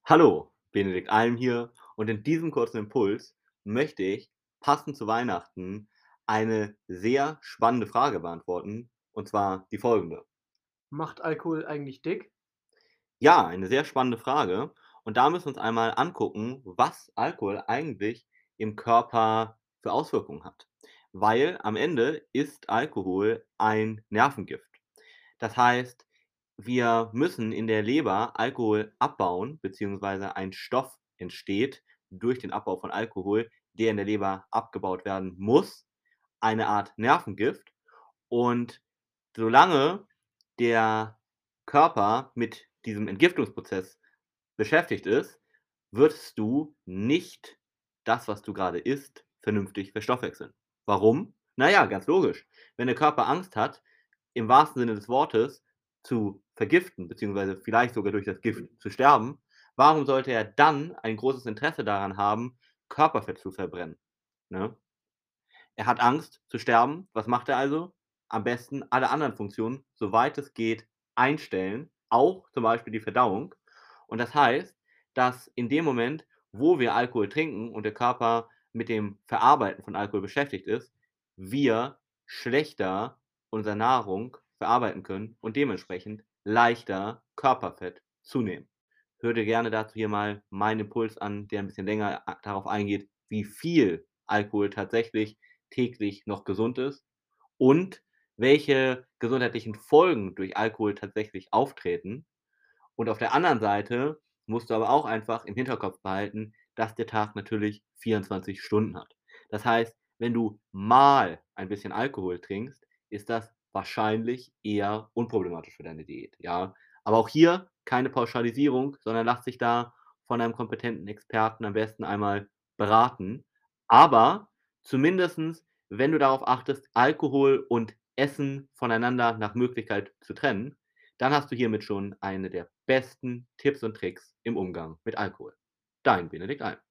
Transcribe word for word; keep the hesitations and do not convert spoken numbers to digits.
Hallo, Benedikt Alm hier und in diesem kurzen Impuls möchte ich, passend zu Weihnachten, eine sehr spannende Frage beantworten, und zwar die folgende. Macht Alkohol eigentlich dick? Ja, eine sehr spannende Frage und da müssen wir uns einmal angucken, was Alkohol eigentlich im Körper für Auswirkungen hat. Weil am Ende ist Alkohol ein Nervengift. Das heißt, wir müssen in der Leber Alkohol abbauen, beziehungsweise ein Stoff entsteht durch den Abbau von Alkohol, der in der Leber abgebaut werden muss, eine Art Nervengift. Und solange der Körper mit diesem Entgiftungsprozess beschäftigt ist, wirst du nicht das, was du grade isst, vernünftig verstoffwechseln. Warum? Na ja, ganz logisch. Wenn der Körper Angst hat, im wahrsten Sinne des Wortes zu vergiften, beziehungsweise vielleicht sogar durch das Gift zu sterben, warum sollte er dann ein großes Interesse daran haben, Körperfett zu verbrennen, ne? Er hat Angst zu sterben. Was macht er also? Am besten alle anderen Funktionen, soweit es geht, einstellen, auch zum Beispiel die Verdauung. Und das heißt, dass in dem Moment, wo wir Alkohol trinken und der Körper mit dem Verarbeiten von Alkohol beschäftigt ist, wir schlechter unsere Nahrung verarbeiten können und dementsprechend leichter Körperfett zunehmen. Hör dir gerne dazu hier mal meinen Impuls an, der 'n bisschen länger a darauf eingeht, wie viel Alkohol tatsächlich täglich noch gesund ist und welche gesundheitlichen Folgen durch Alkohol tatsächlich auftreten. Und auf der anderen Seite musst du aber auch einfach im Hinterkopf behalten, dass der Tag natürlich vierundzwanzig Stunden hat. Das heißt, wenn du mal ein bisschen Alkohol trinkst, ist das wahrscheinlich eher unproblematisch für deine Diät, ja? Aber auch hier keine Pauschalisierung, sondern lass dich da von einem kompetenten Experten am besten einmal beraten. Aber zumindestens, wenn du darauf achtest, Alkohol und Essen voneinander nach Möglichkeit zu trennen, dann hast du hiermit schon eine der besten Tipps und Tricks im Umgang mit Alkohol. Dein Benedikt Alm.